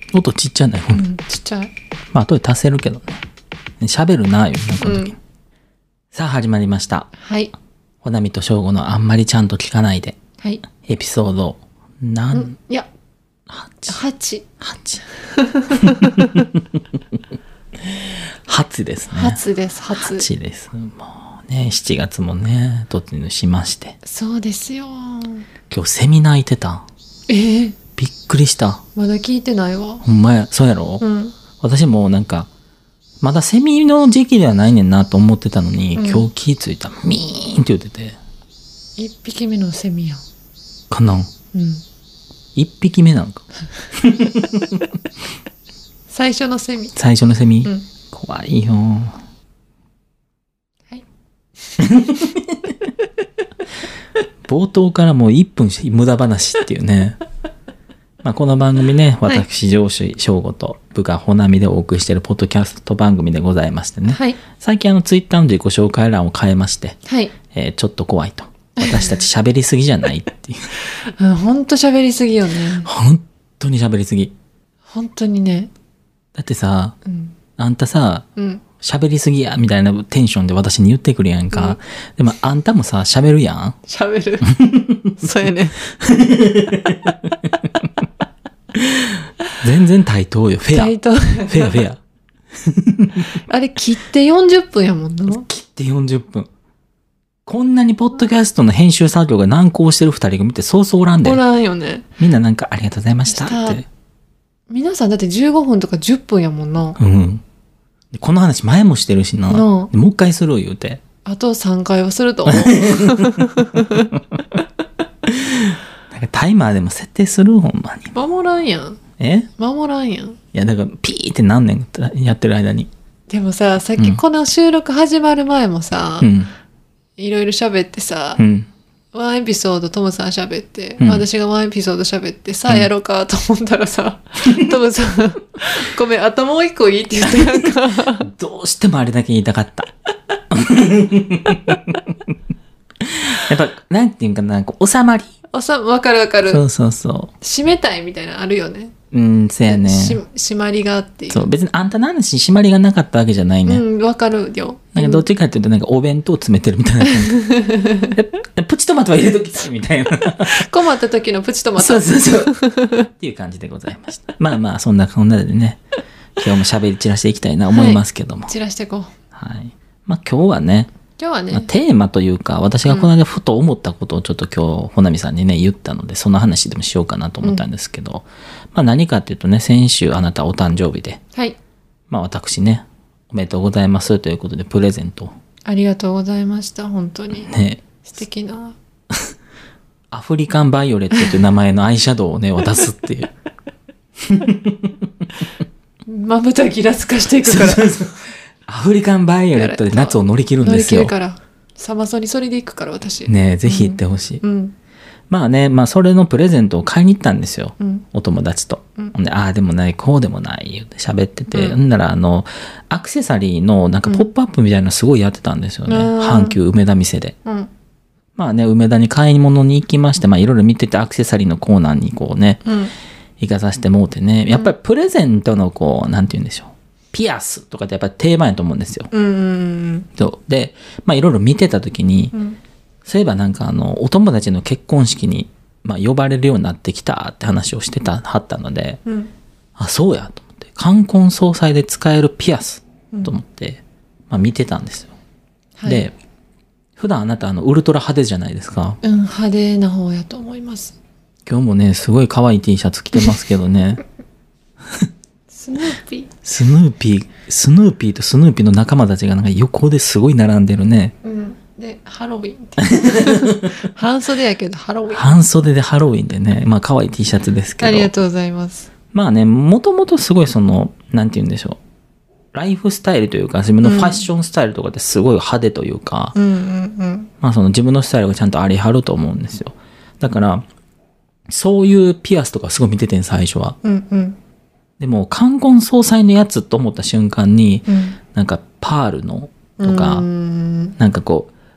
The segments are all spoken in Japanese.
音ちっちゃない、 ちっちゃい。 まあ後で足せるけどね。喋るなよ、この時。さあ始まりました。 はい。 ほなみとしょうごのあんまりちゃんと聞かないで。 はい。 エピソードいや、8。 8ですね。 8です、 8です。もうね、7月もね、突入しまして。 そうですよ。 今日セミナー行ってた。びっくりした。 まだ聞いてないわ。 ほんまや、そうやろ？ うん。 私もなんか、まだセミの時期ではないねんなと思ってたのに、今日気ついたらミーンって言ってて。 1匹目のセミやん。 かな？ うん。 1匹目なんか。 最初のセミ。 最初のセミ？ うん。 怖いよ。 はい。 冒頭からもう1分無駄話っていうね。まあこの番組ね、私、上司翔吾と部下ほなみでお送りしているポッドキャスト番組でございましてね。 はい。 最近ツイッターの自己紹介欄を変えまして、 はい。 ちょっと怖いと。私たち喋りすぎじゃないっていう。 ほんと喋りすぎよね。 本当に喋りすぎ。 本当にね。 だってさ、 うん、 あんたさ、 うん、 喋りすぎやみたいなテンションで私に言ってくるやんか。でもあんたもさ、喋るやん。 喋る。そうやね。 全然対等よ。フェア。 対等。 フェア。 あれ切って40分やもんな。 切って40分。こんなにポッドキャストの編集作業が難航してる二人組ってそうそうおらんで。 おらんよね。 みんななんかありがとうございましたって。 皆さんだって15分とか10分やもんな。 うん。この話前もしてるしな。もう一回する言うて。 あと3回はすると思う。 なんかタイマーでも設定するほんまに。 守らんやん。守らんやん。 いやだからピーってなんねんやってる間に。 でもさ、さっきこの収録始まる前もさ、いろいろ喋ってさ、ワンエピソードトムさん喋って、私がワンエピソード喋って、さあやろうかと思ったらさ、トムさん、ごめん、あともう一個いいって言ってなんか。 どうしてもあれだけ言いたかった。やっぱ、なんていうかな、収まり。 わかるわかる。 そう。 締めたいみたいなのあるよね。 そうやね。 締まりがあっていう。 そう、別にあんたの話締まりがなかったわけじゃないね。 わかるよ。 なんかどっちかっていうとなんかお弁当詰めてるみたいな感じ。プチトマトは入れときたいみたいな。 困った時のプチトマト。 そう。っていう感じでございました。まあ、そんなこんなでね、今日も喋り散らしていきたいな思いますけども。 散らしていこう。 はい。まあ今日はね、まあ、テーマというか、私がこの間ふと思ったことをちょっと今日、ほなみさんにね、言ったので、その話でもしようかなと思ったんですけど、まあ何かっていうとね、先週あなたお誕生日で、 はい。 まあ私ね、おめでとうございますということでプレゼント。 ありがとうございました、本当に。 ね。 素敵な。 アフリカンバイオレットという名前のアイシャドウをね、渡すっていう。 まぶたギラつかしていくから。 そうアフリカンバイオレットで夏を乗り切るんですよ。 乗り切るから。サマソニそれで行くから私。 ねえ、ぜひ行ってほしい。まあね、まあそれのプレゼントを買いに行ったんですよ。お友達と。で、ああでもない、こうでもない、言って喋ってて。んならアクセサリーのなんかポップアップみたいなのすごいやってたんですよね。阪急梅田店で。まあね、梅田に買い物に行きまして、まあいろいろ見ててアクセサリーのコーナーにこうね、行かさせてもうてね。やっぱりプレゼントのこう、なんて言うんでしょう。ピアスとかってやっぱり定番やと思うんですよ。で、まあいろいろ見てた時に、そういえばなんかお友達の結婚式に、まあ、呼ばれるようになってきたって話をしてはったので、あ、そうやと思って、冠婚葬祭で使えるピアスと思って、まあ見てたんですよ。で、普段あなたウルトラ派手じゃないですか。 派手な方やと思います。 今日もね、すごい可愛い T シャツ着てますけどね。 スヌーピーとスヌーピーの仲間たちがなんか横ですごい並んでるね。 で、ハロウィンって。半袖やけどハロウィン。 半袖でハロウィンでね、まあ可愛い T シャツですけど。 ありがとうございます。 まあね、もともとすごいなんて言うんでしょう。ライフスタイルというか、自分のファッションスタイルとかってすごい派手というか、まあ自分のスタイルがちゃんとありはると思うんですよ。だから、そういうピアスとかすごい見ててん、最初は。でも、冠婚葬祭のやつと思った瞬間に、なんかパールのとか、なんかこう、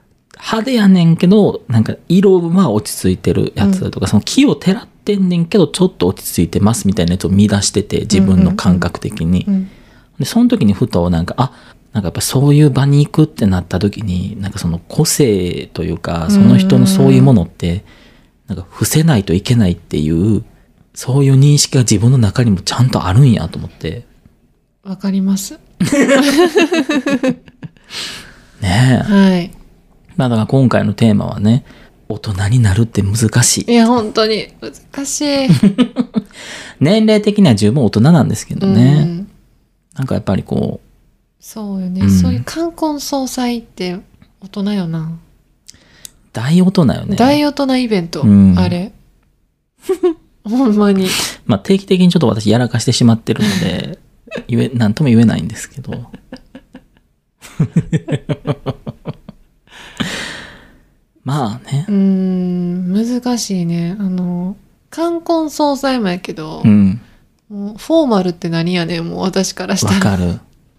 派手やねんけど、なんか色は落ち着いてるやつとか、その木をてらってんねんけど、ちょっと落ち着いてますみたいなやつを見出してて、自分の感覚的に。で、その時にふとなんか、なんかやっぱそういう場に行くってなった時に、なんかその個性というか、その人のそういうものって、なんか伏せないといけないっていう、そういう認識が自分の中にもちゃんとあるんやと思って。 わかります。 ねえ。 はい。 まあだから今回のテーマはね、大人になるって難しい。 いや、本当に難しい。 年齢的には十分大人なんですけどね。なんかやっぱりこう。 そうよね。そういう冠婚葬祭って大人よな。 大大人よね。 大大人イベント、あれ。ほんまに。 まあ定期的にちょっと私やらかしてしまってるので、なんとも言えないんですけど。まあね。 難しいね。冠婚葬祭もやけど、もうフォーマルって何やねん、もう私からしたら。 わかる。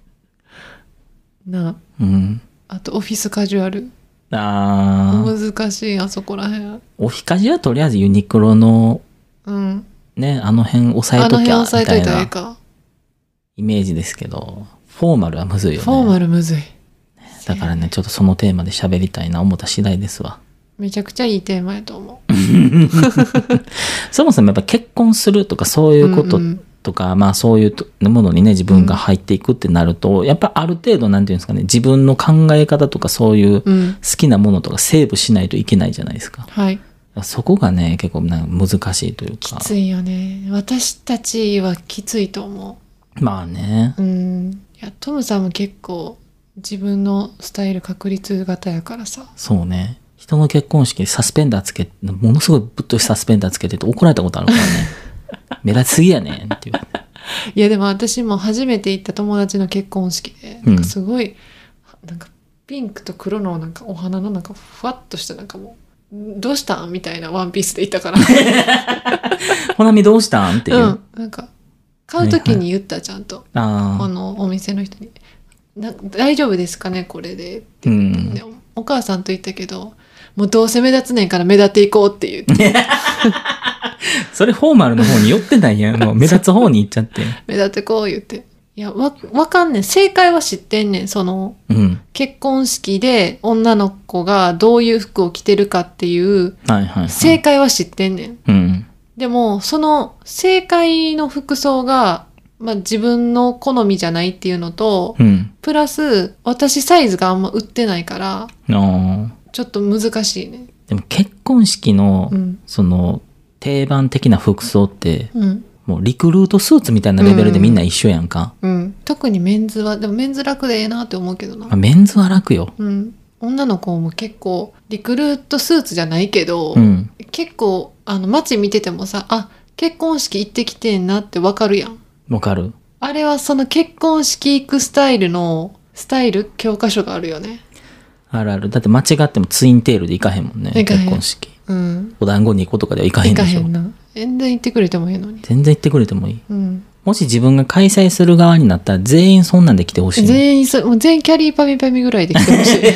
あとオフィスカジュアル。難しい、あそこらへん。 オフィカジはとりあえずユニクロの、ね、あの辺押さえときゃみたいなイメージですけど、フォーマルはむずいよね。 フォーマルむずい。 だからね、ちょっとそのテーマで喋りたいな思った次第ですわ。 めちゃくちゃいいテーマやと思う。 そもそもやっぱ結婚するとかそういうこととか、まあそういうものにね、自分が入っていくってなると、やっぱある程度なんていうんですかね、自分の考え方とかそういう好きなものとかセーブしないといけないじゃないですか。 はい。 そこがね、結構なんか難しいというか。 きついよね。私たちはきついと思う。まあね。 いや、トムさんも結構自分のスタイル確立型やからさ。 そうね。人の結婚式でサスペンダーつけて、ものすごいぶっといサスペンダーつけてて怒られたことあるからね。目立ちすぎやねんっていう。 いやでも私も初めて行った友達の結婚式で、なんかすごい、なんかピンクと黒のなんかお花のなんかふわっとしたなんかもう、どうしたんみたいなワンピースで行ったから。 ほなみどうしたんっていう。 なんか、買うときに言ったちゃんと。お店の人に。大丈夫ですかねこれでって言って、お母さんと言ったけど、もうどうせ目立つねんから目立っていこうって言って。 それフォーマルの方に寄ってないやん。もう目立つ方に行っちゃって。 目立ってこう言って。いや、わかんねん。正解は知ってんねん。結婚式で女の子がどういう服を着てるかっていう、正解は知ってんねん。でも、その正解の服装が、まあ、自分の好みじゃないっていうのと、プラス、私サイズがあんま売ってないから、ちょっと難しいね。 でも結婚式の、その、定番的な服装って、もうリクルートスーツみたいなレベルでみんな一緒やんか。 特にメンズは、でもメンズ楽でええなって思うけどな。 メンズは楽よ。 女の子も結構、リクルートスーツじゃないけど、結構、街見ててもさ、結婚式行ってきてんなってわかるやん。 わかる。 あれはその結婚式行くスタイル教科書があるよね。 あるある。だって間違ってもツインテールで行かへんもんね。結婚式。お団子2個とかでは行かへんでしょ。 行かへんな。全然行ってくれてもいいのに。 全然行ってくれてもいい。もし自分が開催する側になったら全員そんなんで来てほしい。 全員キャリーパミパミぐらいで来てほしい。キ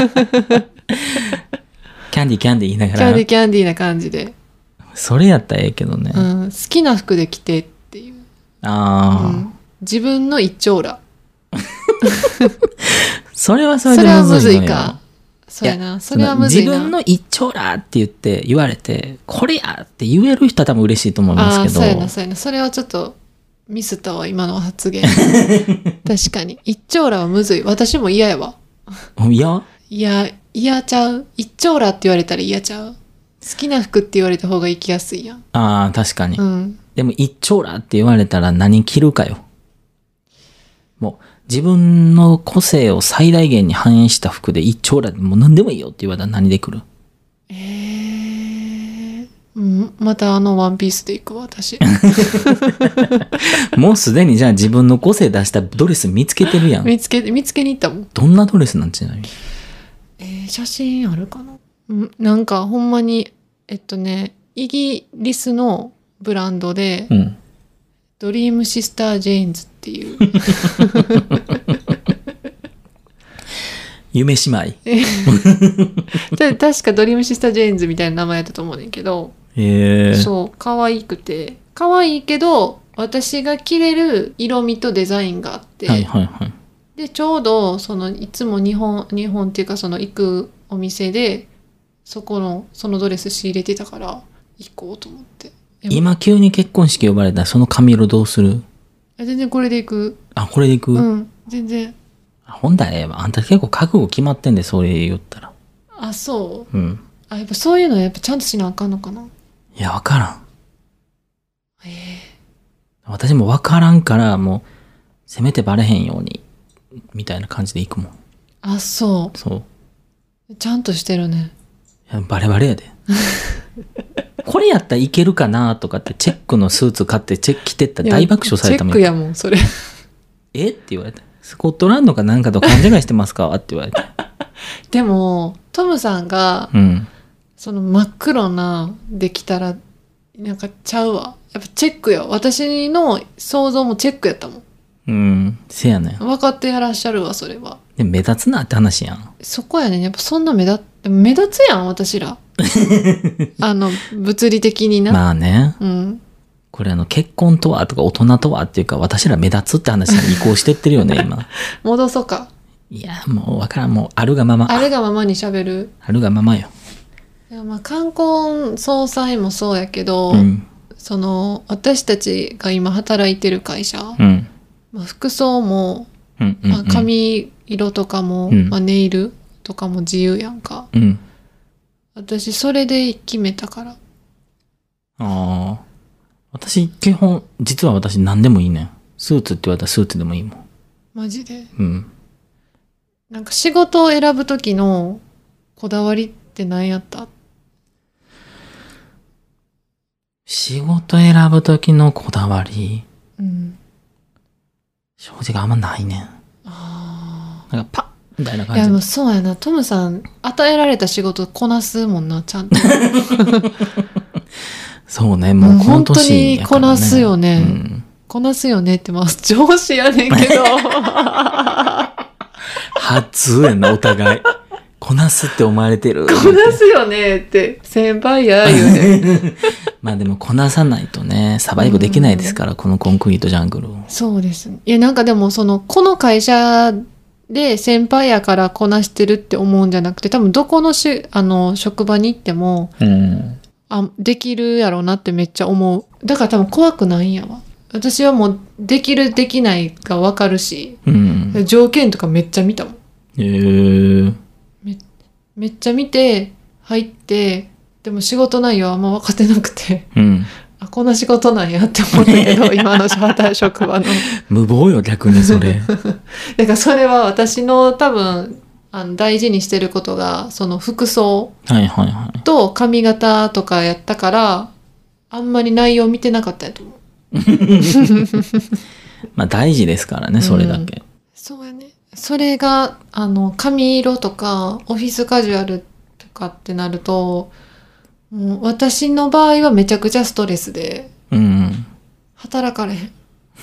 ャンディー言いながら。 キャンディーな感じで。 それやったらええけどね。 好きな服で着てっていう。自分の一丁羅。 それはそれでむずいのよ。 それはむずいか。そうやな。それはむずいな。 自分の一丁羅って言われて、これやって言える人は多分嬉しいと思いますけど。 そうやな。それはちょっとミスったわ、今の発言。確かに。一丁羅はむずい。私も嫌やわ。嫌ちゃう。一丁羅って言われたら嫌ちゃう。好きな服って言われた方が行きやすいやん。 確かに。でも一丁羅って言われたら何着るかよ。もう自分の個性を最大限に反映した服で一丁羅でもう何でもいいよって言われたら何で来る？ またワンピースで行くわ、私。 もうすでにじゃあ自分の個性出したドレス見つけてるやん。 見つけに行ったもん。 どんなドレスなんちなみに？ 写真あるかな？なんかほんまに、イギリスのブランドで、ドリームシスタージェーンズっていう。 夢姉妹。 確かドリームシスタージェーンズみたいな名前やったと思うねんけど。そう、可愛くて。可愛いけど、私が着れる色味とデザインがあって。 はいはいはい。 で、ちょうど、いつも日本っていうか、行くお店で、そのドレス仕入れてたから、行こうと思って。 今急に結婚式呼ばれたら、その髪色どうする？ 全然これで行く。 あ、これで行く？ うん、全然。 ほんだらあんた結構覚悟決まってんで、それ言ったら。 あ、そう？うん。 やっぱそういうのやっぱちゃんとしなあかんのかな？ いや、わからん。私もわからんから、もう、せめてバレへんように、みたいな感じで行くもん。 あ、そう。 そう。 ちゃんとしてるね。 いや、バレバレやで。これやったらいけるかなとかってチェックのスーツ買って着てったら大爆笑されたもん。 チェックやもん、それ。 って言われて。スコットランドかなんかと勘違いしてますかって言われて。 でも、トムさんが、その真っ黒なできたら、なんかちゃうわ。やっぱチェックよ。私の想像もチェックやったもん。 せやねん。 分かってやらっしゃるわ、それは。 で目立つなって話やん。 そこやねん。やっぱそんな目立つやん、私ら。物理的にな。 まあね。 うん。 これ結婚とはとか大人とはっていうか、私ら目立つって話に移行してってるよね、今。 戻そうか。 いや、もうわからん。もうあるがまま。 あるがままに喋る。 あるがままよ。 いや、まあ、冠婚葬祭もそうやけど、私たちが今働いてる会社、服装も、髪色とかも、ネイルとかも自由やんか。私、それで決めたから。 私、実は私何でもいいねん。スーツって言われたらスーツでもいいもん。 マジで？なんか仕事を選ぶときのこだわりって何やった？ 仕事選ぶときのこだわり、正直あんまないねん。なんかパッみたいな感じ。 いや、もうそうやな。トムさん、与えられた仕事こなすもんな、ちゃんと。 そうね、もうこの年やからね。本当にこなすよね。こなすよねって、まあ、上司やねんけど。 初やな、お互い。こなすって思われてる。 こなすよねって、先輩や言うね。 まあでもこなさないとね、サバイブできないですから、このコンクリートジャングルを。 そうですね。いや、なんかでもこの会社で先輩やからこなしてるって思うんじゃなくて、多分どこの職場に行っても、できるやろうなってめっちゃ思う。だから多分怖くないんやわ。私はもうできるできないが分かるし、条件とかめっちゃ見たもん。めっちゃ見て入って、でも仕事内容あんま分かってなくて、こんな仕事なんやって思ったけど、今の職場の。 無謀よ、逆にそれ。 だからそれは私の多分、大事にしてることが、その服装と髪型とかやったから、あんまり内容見てなかったやと思う。 まあ大事ですからね、それだけ。 そうやね。それが、髪色とか、オフィスカジュアルとかってなると、もう私の場合はめちゃくちゃストレスで、働かれへん。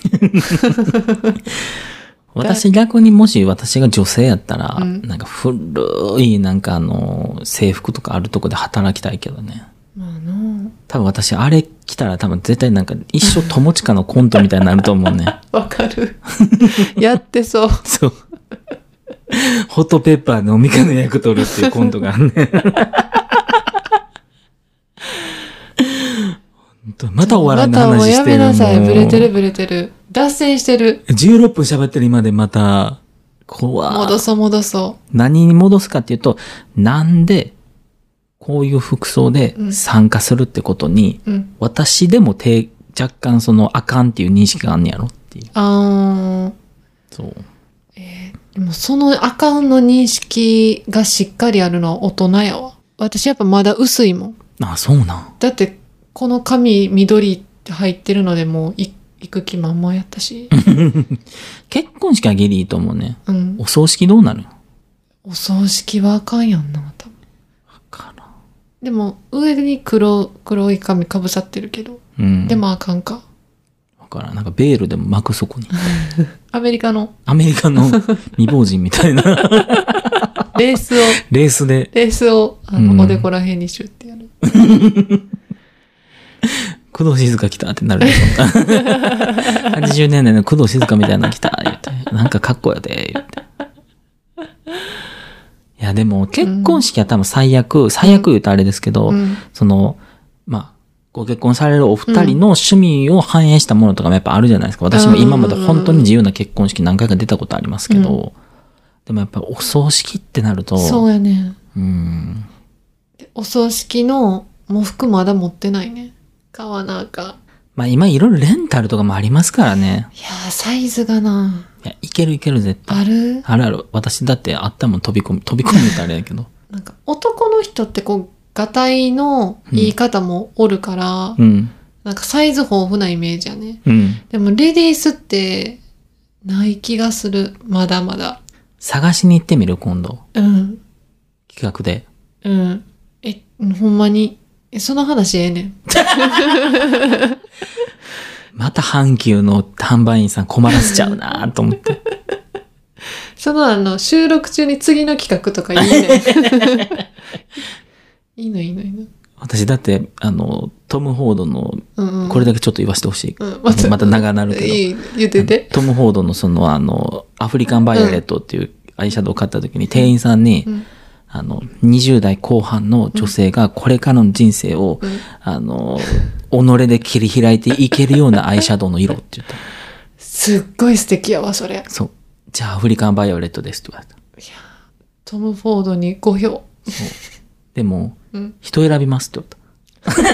私逆にもし私が女性やったら、なんか古い制服とかあるとこで働きたいけどね。 まあ多分私あれ着たら多分絶対なんか一生友近のコントみたいになると思うね。 わかる。やってそう。 そう。ホットペッパーのおみかの役取るっていうコントがあるね。またお笑いの話してる。 またもうやめなさい。ブレてる。脱線してる。 16分喋ってる今でまた、怖い。 戻そう。 何に戻すかっていうと、なんで、こういう服装で参加するってことに、私でも若干あかんっていう認識があんねやろっていう。そう。 でもそのあかんの認識がしっかりあるのは大人やわ。私やっぱまだ薄いもん。 あ、そうなん。 だって、この髪緑って入ってるのでもう行く気満々やったし。 結婚式はギリいいと思うね。お葬式どうなる？ お葬式はあかんやんな、多分。でも、上に黒い髪かぶさってるけど。でもあかんか。 わからん。なんかベールでも巻くそこに。 アメリカの未亡人みたいな。 レースを、おでこら辺にシュッてやる。 工藤静香来たってなるでしょ。80年代の工藤静香みたいなの来た、言って。なんかかっこやで、言って。いや、でも結婚式は多分最悪言うとあれですけど、ご結婚されるお二人の趣味を反映したものとかもやっぱあるじゃないですか。私も今まで本当に自由な結婚式何回か出たことありますけど、でもやっぱお葬式ってなると。 そうやね。お葬式の喪服まだ持ってないね。買わなあかん。 今いろいろレンタルとかもありますからね。 いやー、サイズがな。 いや、いける絶対。ある。私だってあったもん飛び込みってあれやけど。 なんか男の人ってガタイの言い方もおるから、なんかサイズ豊富なイメージやね。でもレディースってない気がする。まだまだ。 探しに行ってみる今度。企画で。 ほんまに。その話ええねん。 また阪急の販売員さん困らせちゃうなと思って。 収録中に次の企画とかいいね。いいの。 私だって、トム・フォードの、これだけちょっと言わせてほしい。また長なるけど。 言ってて。 トム・フォードのアフリカン・バイオレットっていうアイシャドウを買った時に店員さんに、20代後半の女性がこれからの人生を、己で切り開いていけるようなアイシャドウの色って言った。 すっごい素敵やわ、それ。 そう。じゃあアフリカンバイオレットですって言われた。 いや、トム・フォードに5票。そう。 でも、人選びますって言った。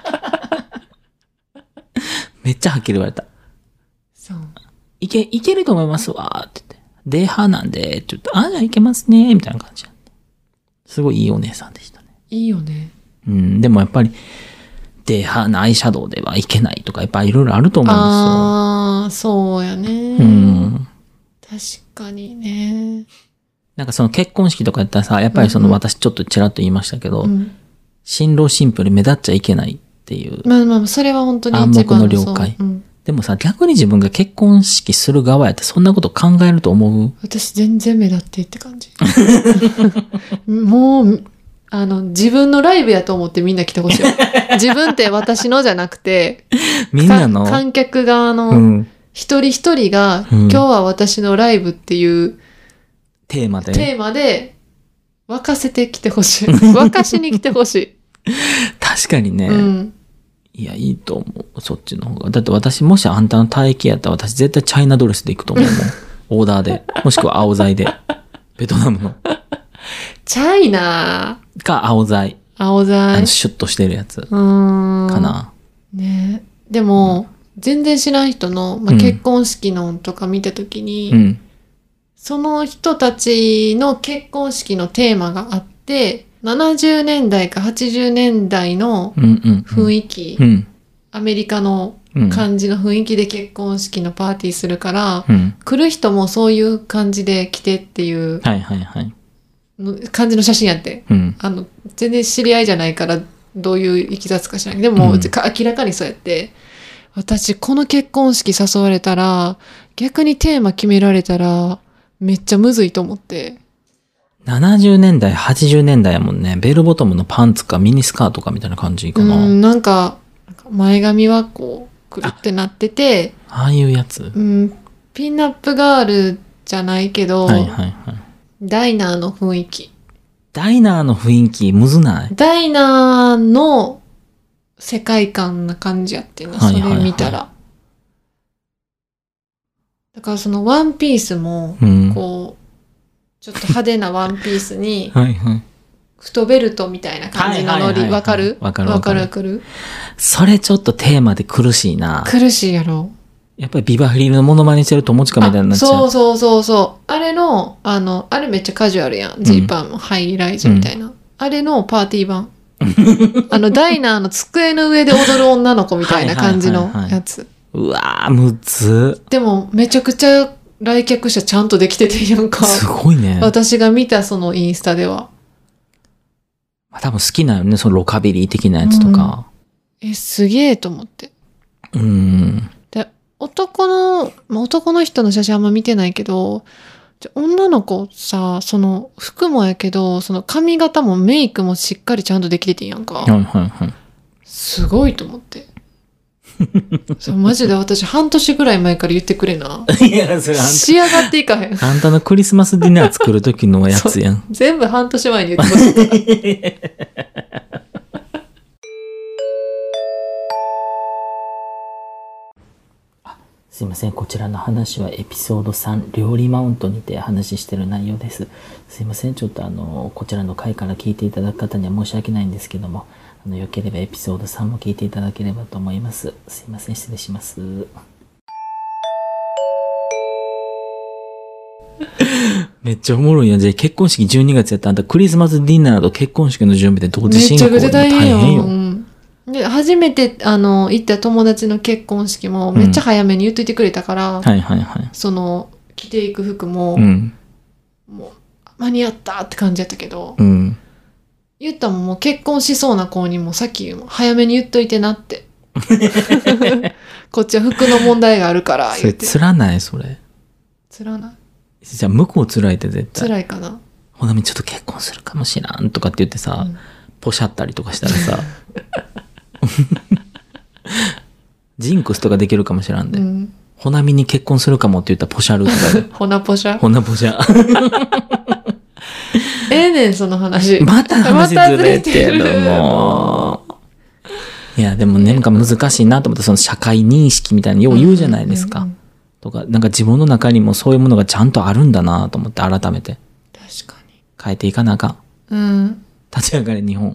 めっちゃはっきり言われた。 そう。 いけると思いますわって言って。デーハーなんでって言って、じゃあいけますねみたいな感じ。すごいいいお姉さんでしたね。 いいよね。 でもやっぱり、デーハーなアイシャドウではいけないとか、やっぱいろいろあると思うんですよ。 ああ、そうやね。確かにね。 なんかその結婚式とかやったらさ、やっぱり私ちょっとちらっと言いましたけど、新郎新婦に目立っちゃいけないっていう。 それは本当に暗黙の了解。でもさ、逆に自分が結婚式する側やってそんなこと考えると思う？ 私全然目立ってって感じ。もう、自分のライブやと思ってみんな来てほしい。自分って私のじゃなくて、 みんなの観客側の一人一人が、今日は私のライブっていうテーマで沸かせてきてほしい。沸かしに来てほしい。 確かにね。いや、いいと思う。そっちの方が。だって私、もしあんたの体型やったら私絶対チャイナドレスで行くと思うもん。オーダーで。もしくは青材で。ベトナムの。 チャイナか、青材。シュッとしてるやつ。かな。 ね。でも、全然知らん人の、結婚式のとか見たときに、その人たちの結婚式のテーマがあって、70年代か80年代の雰囲気、アメリカの感じの雰囲気で結婚式のパーティーするから、来る人もそういう感じで来てっていう感じの写真やって、全然知り合いじゃないからどういういきさつか知らないけど、でも、明らかにそうやって、私この結婚式誘われたら、逆にテーマ決められたらめっちゃむずいと思って。 70年代、80年代やもんね。ベルボトムのパンツかミニスカートかみたいな感じかな。 なんか前髪はこう、くるってなってて。 ああいうやつ。 ピンナップガールじゃないけど、ダイナーの雰囲気。 ダイナーの雰囲気、むずない？ ダイナーの世界観な感じやってんな、それ見たら。だからそのワンピースも、こう、ちょっと派手なワンピースに、太ベルトみたいな感じのノリ、わかる？わかる。それちょっとテーマで苦しいな。 苦しいやろ。 やっぱりビバフリーのモノマネしてる友近みたいになっちゃう。 そう。あれの、あれめっちゃカジュアルやん。ジーパンもハイライズみたいな。あれのパーティー版。ダイナーの机の上で踊る女の子みたいな感じのやつ。 うわー、むず。 でも、めちゃくちゃ来客者ちゃんとできててやんか。 すごいね。 私が見たそのインスタでは。 多分好きなよね、そのロカビリー的なやつとか。 すげえと思って。 で男の人の写真あんま見てないけど、女の子さ、その服もやけど、その髪型もメイクもしっかりちゃんとできててんやんか。 はいはいはい。 すごいと思って。そうマジで私半年ぐらい前から言ってくれな。いや、それ仕上がっていかへん。 あんたのクリスマスディナー作る時のやつやん。 全部半年前に言ってました。 すいません。こちらの話はエピソード3、料理マウントにて話してる内容です。すいません。ちょっとこちらの回から聞いていただく方には申し訳ないんですけども、よければエピソード3も聞いていただければと思います。すいません。失礼します。めっちゃおもろいやん。じゃあ結婚式12月やったあんたクリスマスディナーと結婚式の準備で同時進行で大変よ。 で初めて行った友達の結婚式もめっちゃ早めに言っといてくれたから、 はいはいはい、 その着ていく服も、もう間に合ったって感じやったけど、言ったもん、もう結婚しそうな子にもさっき早めに言っといてなってこっちは服の問題があるから言って。それつらないそれ。 つらない。 じゃあ向こうつらいって絶対。 つらいかな。 ほなみちょっと結婚するかもしらんとかって言ってさ、ポシャったりとかしたらさジンクスとかできるかもしらんで、ほなみに結婚するかもって言ったらポシャるとかでほなポシャほなポシャねんその話。 また話ずれてるもう。いやでもね、なんか難しいなと思って、その社会認識みたいなよう言うじゃないですか、とかなんか自分の中にもそういうものがちゃんとあるんだなと思って、改めて確かに変えていかなあかん。立ち上がれ日本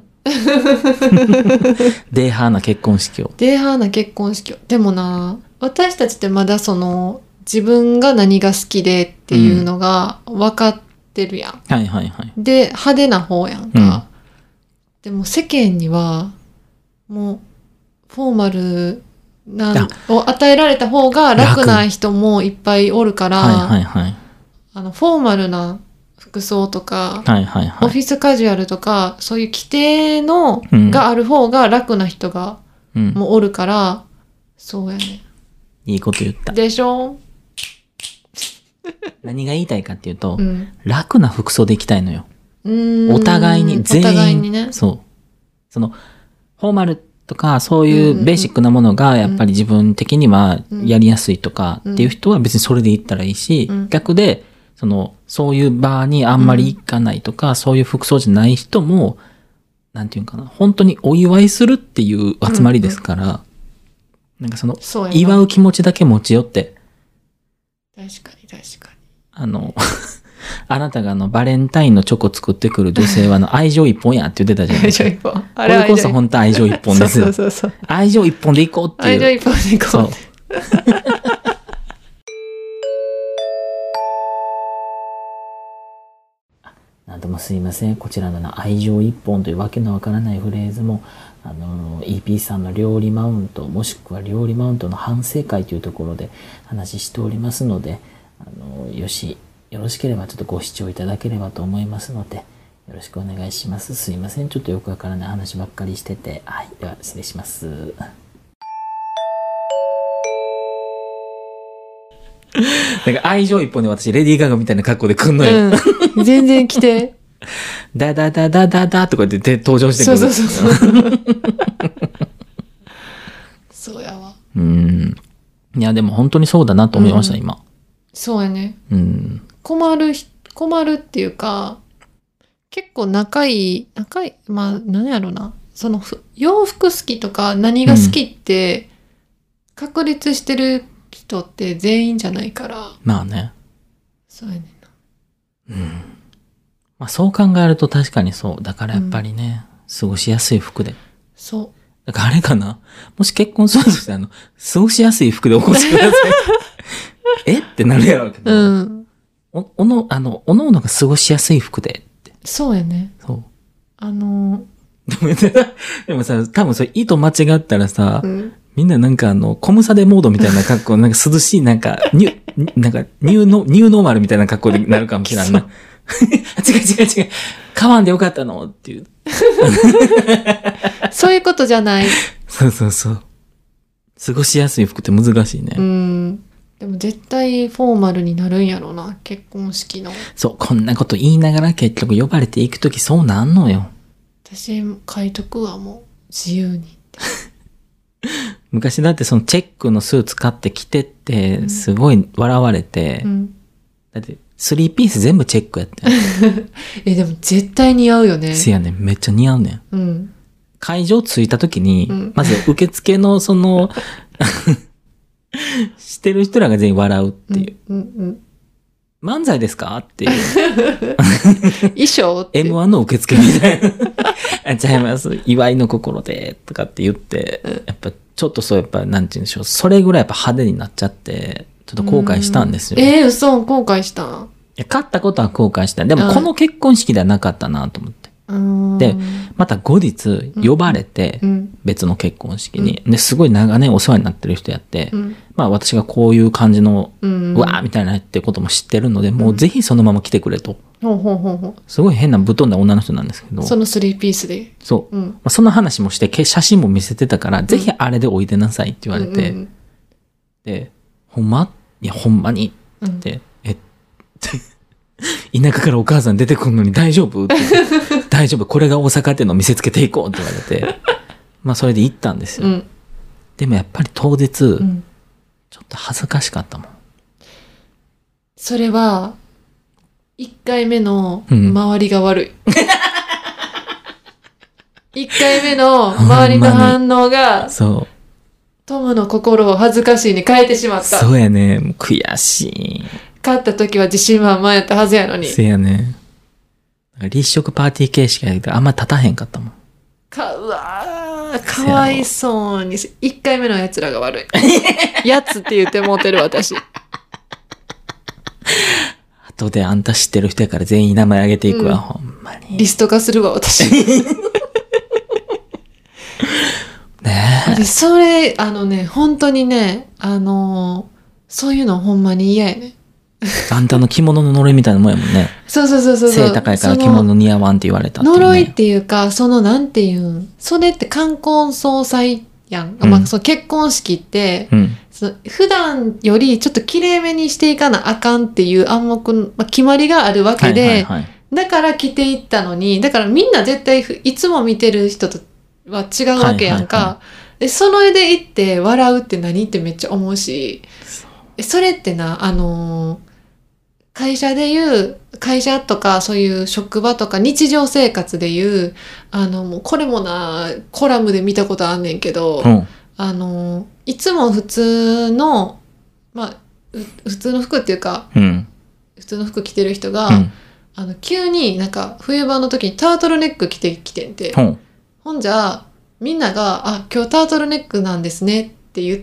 デーハーな結婚式を。 でもな、私たちってまだその自分が何が好きでっていうのが分かってるやん。 はいはいはい。 で派手な方やんか、でも世間にはもうフォーマルを与えられた方が楽な人もいっぱいおるから、フォーマルな服装とか、オフィスカジュアルとかそういう規定の、がある方が楽な人が、もうおるから、そうやね。 いいこと言った。 でしょ何が言いたいかっていうと、楽な服装で行きたいのよ。お互いに全員。お互いにね。そう。そのフォーマルとかそういうベーシックなものがやっぱり自分的にはやりやすいとかっていう人は別にそれで行ったらいいし、逆でそういう場にあんまり行かないとか、そういう服装じゃない人も、なんていうかな、本当にお祝いするっていう集まりですから、なんか祝う気持ちだけ持ち寄って。 確かに確かに。 あなたがバレンタインのチョコ作ってくる女性は愛情一本やって言ってたじゃないですか。愛情一本。これこそ本当愛情一本ですよ。そう。愛情一本で行こうっていう。 愛情一本で行こうって。 なんともすいません。こちらの愛情一本というわけのわからないフレーズも、EP さんの料理マウント、もしくは料理マウントの反省会というところで話しておりますので、よろしければちょっとご視聴いただければと思いますので、よろしくお願いします。すいません。ちょっとよくわからない話ばっかりしてて。はい。では、失礼します。なんか愛情一本で私、レディー・ガガみたいな格好で来んのよ。 全然来て。 ダダダダダダとか言って登場してくる。 そう。そうやわ。 いや、でも本当にそうだなと思いました、今。 そうやね。困るっていうか、結構仲いい、まあ、何やろな。洋服好きとか何が好きって確立してる人って全員じゃないから。 まあね。 そうやねんな。 まあそう考えると確かにそう。だからやっぱりね、過ごしやすい服で。 そう。 だからあれかな。もし結婚するとして過ごしやすい服でお越しください。えってなるやろうけど。おのおのが過ごしやすい服でって。 そうやね。 そう。 でもさ、多分それ意図間違ったらさ、みんななんかコムサデモードみたいな格好、なんか涼しい、なんかニューノーマルみたいな格好になるかもしれんな。違う。買わんでよかったのっていう。 そういうことじゃない。 そう。 過ごしやすい服って難しいね。 でも絶対フォーマルになるんやろな、結婚式の。 そう、こんなこと言いながら結局呼ばれていくときそうなんのよ。 私、書いとくわ、もう。自由にって。 昔だってそのチェックのスーツ買って着てって、すごい笑われて、だって3ピース全部チェックやったでも絶対似合うよね。 せやねん、めっちゃ似合うねん。会場着いた時に、まず受付のその、してる人らが全員笑うっていう。漫才ですかっていう。 衣装って。 M1 の受付みたいな。ちゃいます。祝いの心で、とかって言って、やっぱちょっとそうやっぱ、なんて言うんでしょう。それぐらいやっぱ派手になっちゃって、ちょっと後悔したんですよ。 嘘、後悔したん？ 買ったことは後悔した。でもこの結婚式ではなかったなと思って。で、また後日呼ばれて、別の結婚式に。で、すごい長年お世話になってる人やって、まあ私がこういう感じの、うわーみたいなってことも知ってるので、もうぜひそのまま来てくれと。すごい変なぶっ飛んだ女の人なんですけど。 その3ピースで。 そう。その話もして、写真も見せてたから、ぜひあれでおいでなさいって言われて、で、ほんま？いや、ほんまにって、田舎からお母さん出てくるのに大丈夫って大丈夫、これが大阪っていうのを見せつけていこうって言われて、まあそれで行ったんですよ。でもやっぱり当日、ちょっと恥ずかしかったもん。 それは、1回目の周りが悪い。1回目の周りの反応が、 そう。 トムの心を恥ずかしいに変えてしまった。 そうやね。悔しい。 勝った時は自信満々やったはずやのに。 そうやね。立食パーティー形式やけどあんま立たへんかったもん。 うわー、かわいそうに。1回目のやつらが悪い。やつって言ってもうてる私。 後であんた知ってる人やから全員名前あげていくわ、ほんまに。 リスト化するわ、私。 ねえ。 それ、本当にね、そういうのほんまに嫌やね。 あんたの着物の呪いみたいなもんやもんね。 そう。 背高いから着物似合わんって言われたって、 ね。呪いっていうか、なんていうん、それって冠婚葬祭やん。まあ、その結婚式って、普段よりちょっと綺麗めにしていかなあかんっていう暗黙、決まりがあるわけで、だから着ていったのに、だからみんな絶対いつも見てる人とは違うわけやんか。で、その絵で行って笑うって何ってめっちゃ思うし、それってな、会社とかそういう職場とか日常生活でいう、もうこれもな、コラムで見たことあんねんけど、いつも普通の、普通の服っていうか、普通の服着てる人が、急になんか冬場の時にタートルネック着てきてんて、ほんじゃ、みんなが、今日タートルネックなんですねって言って、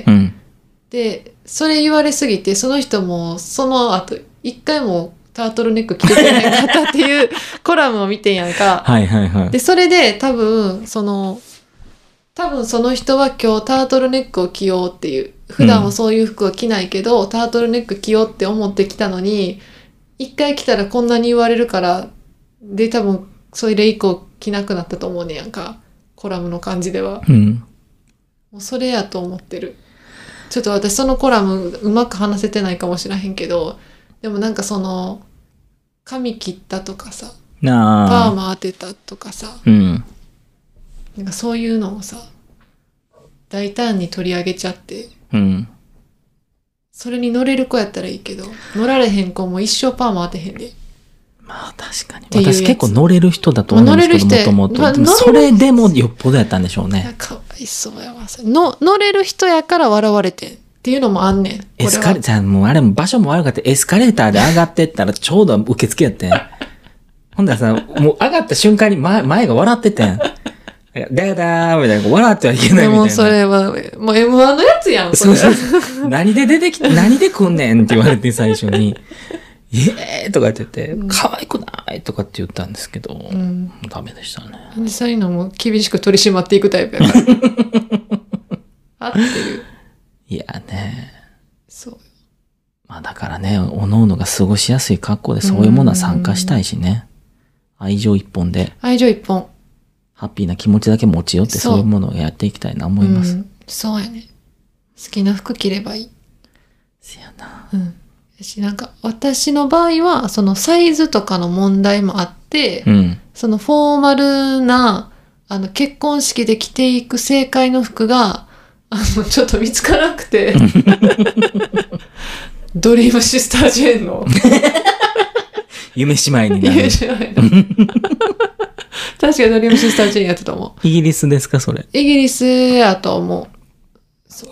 で、それ言われすぎて、その人もその後、一回もタートルネック着てくれなかったっていうコラムを見てんやんか。で、それで多分その人は今日タートルネックを着ようっていう、普段はそういう服を着ないけど、タートルネック着ようって思ってきたのに、一回着たらこんなに言われるから、で、多分それ以降着なくなったと思うねんやんか。コラムの感じでは。もうそれやと思ってる。ちょっと私そのコラムうまく話せてないかもしれへんけど、でもなんか髪切ったとかさ、パーマ当てたとかさ、なんかそういうのをさ、大胆に取り上げちゃって、それに乗れる子やったらいいけど、乗られへん子も一生パーマ当てへんで。 まあ確かに。私結構乗れる人だと思うんですけど、もともと。それでもよっぽどやったんでしょうね。 かわいそうやわ。乗れる人やから笑われてんっていうのもあんねん。 じゃあもうあれも場所も悪かった。エスカレーターで上がってったらちょうど受付やってん。ほんだらさ、もう上がった瞬間に前が笑っててん。だーだーみたいな、笑ってはいけないみたいな。 もうそれは、もう M1 のやつやん、それ。 そう。何で来んねんって言われて最初に。とか言ってて、可愛くないとかって言ったんですけど、ダメでしたね。 そういうのも厳しく取り締まっていくタイプやから。合ってる。 いやね。 そう。 まあだからね、おのおのが過ごしやすい格好でそういうものは参加したいしね。愛情一本で。 愛情一本。 ハッピーな気持ちだけ持ち寄ってそういうものをやっていきたいな思います。 そうやね。 好きな服着ればいい。 せやな。 うん。なんか私の場合はそのサイズとかの問題もあって、 うん、そのフォーマルな結婚式で着ていく正解の服がちょっと見つからなくてドリームシスタージェーンの夢姉妹になる。 確かにドリームシスタージェーンやったと思う。 イギリスですかそれ？ イギリスやと思う。そう。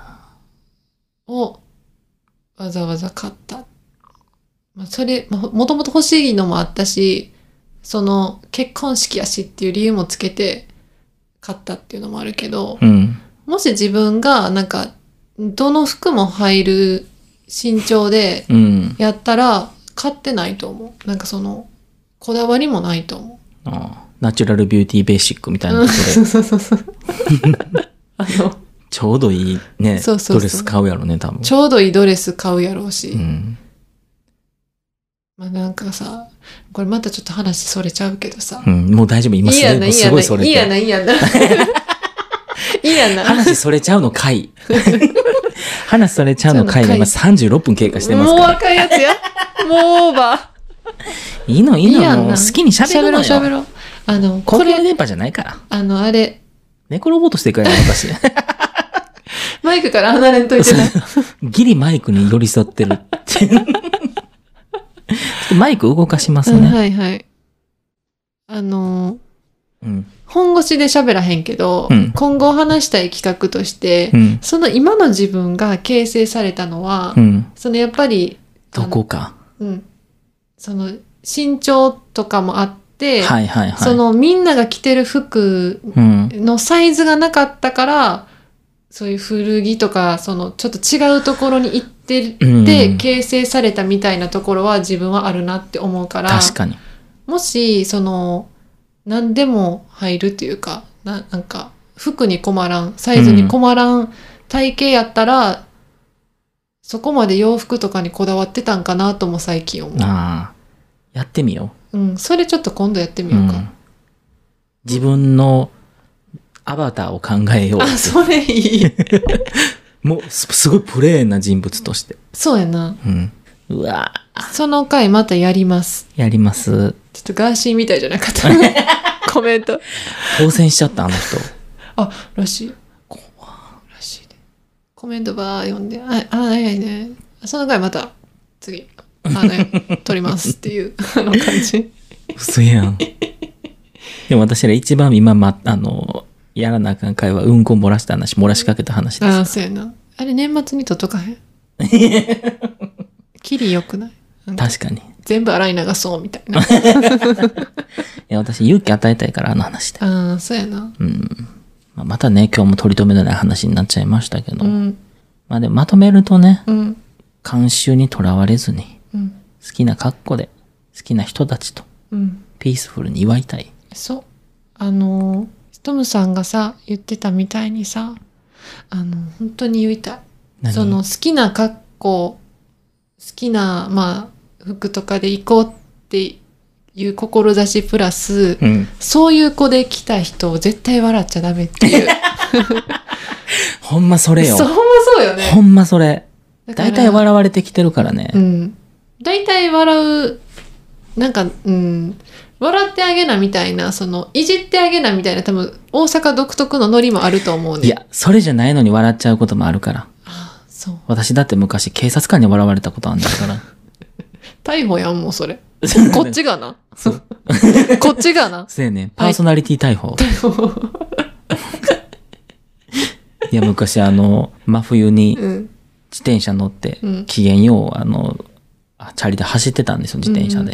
をわざわざ買った。まあ、それ、もともと欲しいのもあったし、その結婚式やしっていう理由もつけて買ったっていうのもあるけど、 うん、 もし自分がなんかどの服も入る身長でやったら買ってないと思う。なんかそのこだわりもないと思う。 ああ、ナチュラルビューティーベーシックみたいなことで。 そうちょうどいいね、ドレス買うやろね、多分。 ちょうどいいドレス買うやろうし。 うん、 まあなんかさ、これまたちょっと話それちゃうけどさ。 うん、もう大丈夫、今すごいそれて。 いいやな。いいやな。 話それちゃうの回。話それちゃうの回が今36分経過してますから。 もう若いやつや。もうオーバー。いいの、もう好きに喋るのよ。 喋ろう。 公共電波じゃないから。 あれ。 寝転ぼうとしてくれない私。 マイクから離れんといてね。 ギリマイクに寄り添ってるっていう。マイク動かしますね。 はいはい。本腰で喋らへんけど、今後話したい企画として、その今の自分が形成されたのは、そのやっぱり、 どこか。 その身長とかもあって、 はいはいはい、 そのみんなが着てる服のサイズがなかったから、そういう古着とか、そのちょっと違うところに行って形成されたみたいなところは自分はあるなって思うから、 確かに。 もし、何でも入るっていうか、なんか、服に困らん、サイズに困らん体型やったら、そこまで洋服とかにこだわってたんかなとも最近思う。 ああ。やってみよう。それちょっと今度やってみようか。 自分のアバターを考えよう。 それいい。 もう、すごいプレーンな人物として。 そうやな。 うわその回またやります。 やります。 ちょっとガーシーみたいじゃなかった。コメント。 当選しちゃった、あの人。 らしい。らしいね。コメントばー読んで、ないね。その回また、次、撮りますっていう、感じ。 嘘やん。でも私ら一番今、やらなあかん会は、うんこ漏らした話、漏らしかけた話です。 そうやな。あれ年末に撮っとかへん。キリ良くない？ 確かに。 全部洗い流そうみたいな。いや、私勇気与えたいから、あの話で。 そうやな。 またね、今日も取り留めのない話になっちゃいましたけど。まあでもまとめるとね、慣習にとらわれずに、好きな格好で、好きな人たちと、ピースフルに祝いたい。 そう。トムさんがさ、言ってたみたいにさ、本当に言いたい。その好きな格好、好きな、まあ、服とかで行こうっていう志プラス、そういう子で来た人を絶対笑っちゃダメっていう。 ほんまそれよ。 ほんまそうよね。 ほんまそれ。大体笑われてきてるからね。 大体笑う、なんか、笑ってあげなみたいな、いじってあげなみたいな、多分、大阪独特のノリもあると思うね。 いや、それじゃないのに笑っちゃうこともあるから。 そう。 私だって昔警察官に笑われたことあるんだから。 逮捕やん、もうそれ。こっちがな。こっちがな。 そうやね。パーソナリティ逮捕。いや、昔真冬に自転車乗って、機嫌よう、チャリで走ってたんですよ、自転車で。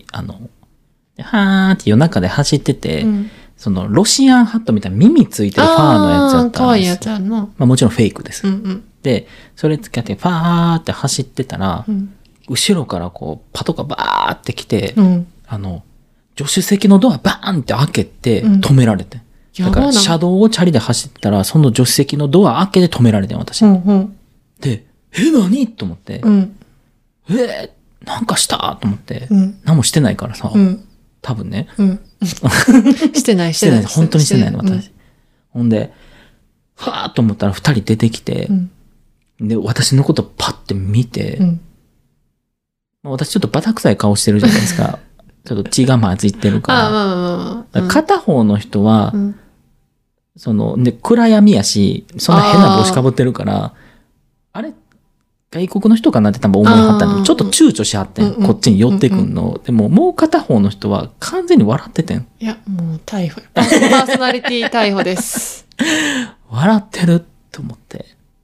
はーって夜中で走ってて、ロシアンハットみたいな耳ついてるファーのやつやったんですよ。 かわいいやつやんな。 まあもちろんフェイクです。で、それつけてファーって走ってたら、後ろからこうパトカーバーって来て、助手席のドアバーンって開けて止められて。だから車道をチャリで走ったら、その助手席のドア開けて止められてん、私。で、何と思って、なんかしたと思って、何もしてないからさ、多分ね。 してない。 本当にしてないの、私。ほんで、 はぁと思ったら二人出てきて、で、私のことパッて見て、私ちょっとバタ臭い顔してるじゃないですか。ちょっと血が混じってるから。片方の人は、で、暗闇やし、そんな変な帽子かぶってるから、あれ外国の人かなって多分思いはったんで、ちょっと躊躇しはってん。こっちに寄ってくんの。でも、もう片方の人は完全に笑っててん。 いや、もう逮捕。パーソナリティ逮捕です。 笑ってると思って。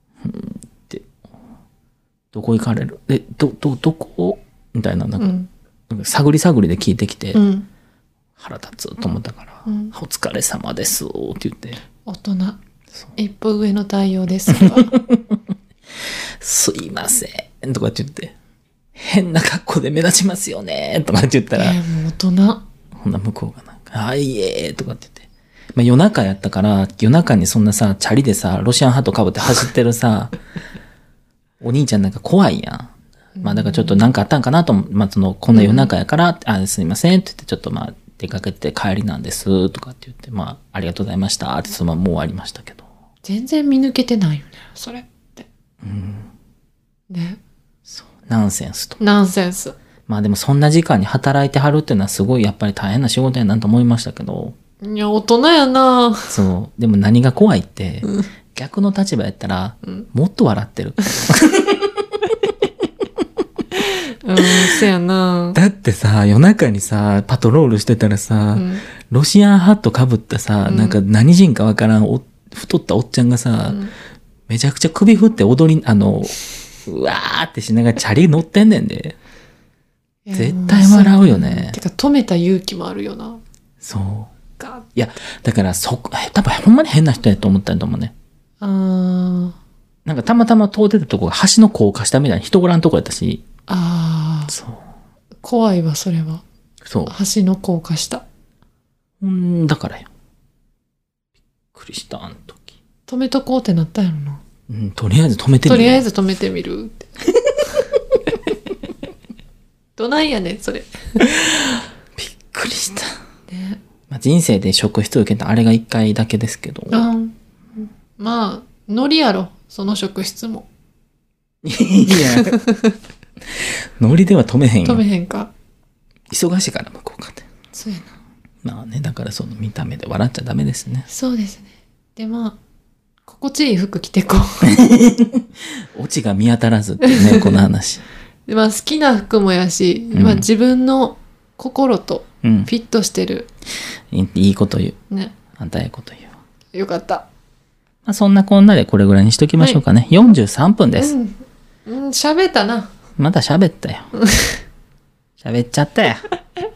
どこ行かれるどこみたいな、なんか探り探りで聞いてきて、腹立つと思ったから、お疲れ様ですって言って。 大人。一歩上の対応ですわ。 すいませんとかって言って、変な格好で目立ちますよねとかって言ったら、 もう大人。 ほんな向こうがなんか、あいえとかって言って。まあ夜中やったから、夜中にそんなさ、チャリでさ、ロシアンハットかぶって走ってるさ、お兄ちゃんなんか怖いやん。まあだからちょっとなんかあったんかなと、まあこんな夜中やから、すいませんって言って、ちょっとまあ出かけて帰りなんですとかって言って、まあありがとうございましたってそのままもう終わりましたけど。 全然見抜けてないよね、それって。ね。 そう。ナンセンスと。 ナンセンス。 まあでもそんな時間に働いてはるっていうのはすごいやっぱり大変な仕事やなと思いましたけど。 いや、大人やな。 そう。でも何が怖いって、逆の立場やったら、もっと笑ってる。 せやな。 だってさ、夜中にさ、パトロールしてたらさ、ロシアンハットかぶったさ、なんか何人かわからん太ったおっちゃんがさ、めちゃくちゃ首振って踊り、うわーってしながらチャリ乗ってんねんで。絶対笑うよね。 てか止めた勇気もあるよな。 そう。いや、だから多分ほんまに変な人やと思ったんだもんね。なんかたまたま通ってたとこが橋の高架下みたいに人ごらんとこやったし。そう。 怖いわ、それは。 そう。 橋の高架下。 だからよ。びっくりした、あの時。 止めとこうってなったやろな。 とりあえず止めてみる。 とりあえず止めてみるって。どないやねん、それ。 びっくりした。ね。まあ、人生で職質受けたあれが1回だけですけど。 まあ、ノリやろ、その職質も。 いや。ノリでは止めへんよ。 止めへんか。 忙しいから向こうかって。 そうやな。 まあね、だからその見た目で笑っちゃダメですね。 そうですね。で、まあ、心地いい服着てこう。オチが見当たらずってね、この話。 で、まあ好きな服もやし、まあ自分の心とフィットしてる。 いいこと言う。ね。あんたいいこと言う。 よかった。 まあそんなこんなでこれぐらいにしときましょうかね。43分です。 喋ったな。 まだ喋ったよ。喋っちゃったよ。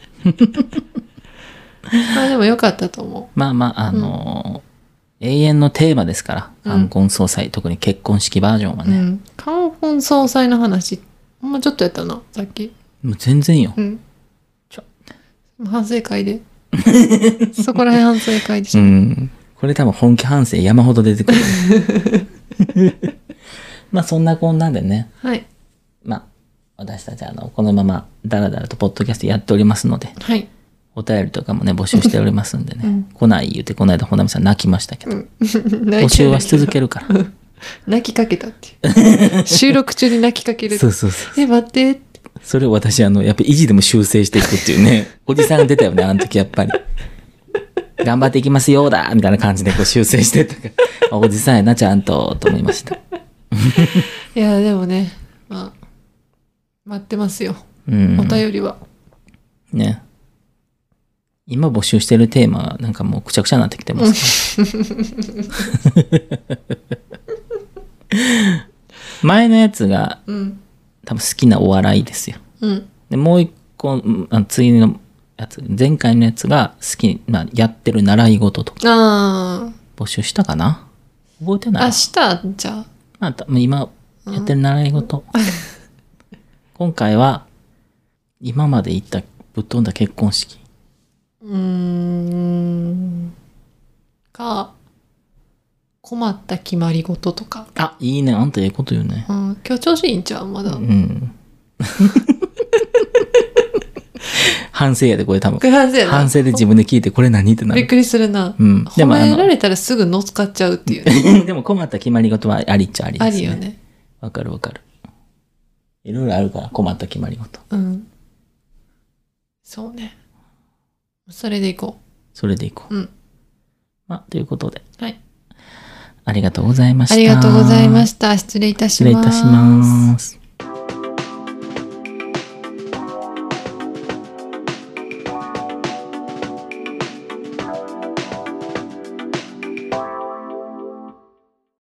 まあでもよかったと思う。まあまあ、永遠のテーマですから。冠婚葬祭、特に結婚式バージョンはね。 冠婚葬祭の話、もうちょっとやったな、さっき。 もう全然よ。 反省会で。そこら辺反省会でしょ。 これ多分本気反省山ほど出てくる。まあそんなこんなんでね。 はい。 まあ、私たちこのままダラダラとポッドキャストやっておりますので。 はい。 お便りとかもね、募集しておりますんでね。来ない言うて、この間、ほなみさん泣きましたけど。募集はし続けるから。 泣きかけたっていう。収録中に泣きかける。 そうそうそう。 待って。 それを私、やっぱ意地でも修正していくっていうね。おじさんが出たよね、あの時やっぱり。頑張っていきますよだみたいな感じでこう修正してたから。おじさんやな、ちゃんと、と思いました。いや、でもね、まあ、待ってますよ。お便りは。ね。 今募集してるテーマなんかもうくちゃくちゃになってきてます前のやつが、多分好きなお笑いですよ。でもう一個次のやつ前回のやつが好きなやってる習い事とか募集したかな覚えてない。 したじゃあ。今やってる習い事。今回は今まで行ったぶっ飛んだ結婚式。 困った決まり事とか。 あ、いいね。あんたええこと言うね。 今日調子いいんちゃうまだ。 反省やで、これ多分。 これ反省やな。 反省で自分で聞いて、これ何ってなる。 びっくりするな。 うん。 褒められたらすぐ乗っかっちゃうっていうね。 でも困った決まり事はありっちゃありですね。 ありよね。 わかるわかる。いろいろあるから、困った決まり事。 うん。そうね。それでいこう。 それでいこう。 うん。 まあ、ということで。 はい。 ありがとうございました。 ありがとうございました。失礼いたします。 失礼いたします。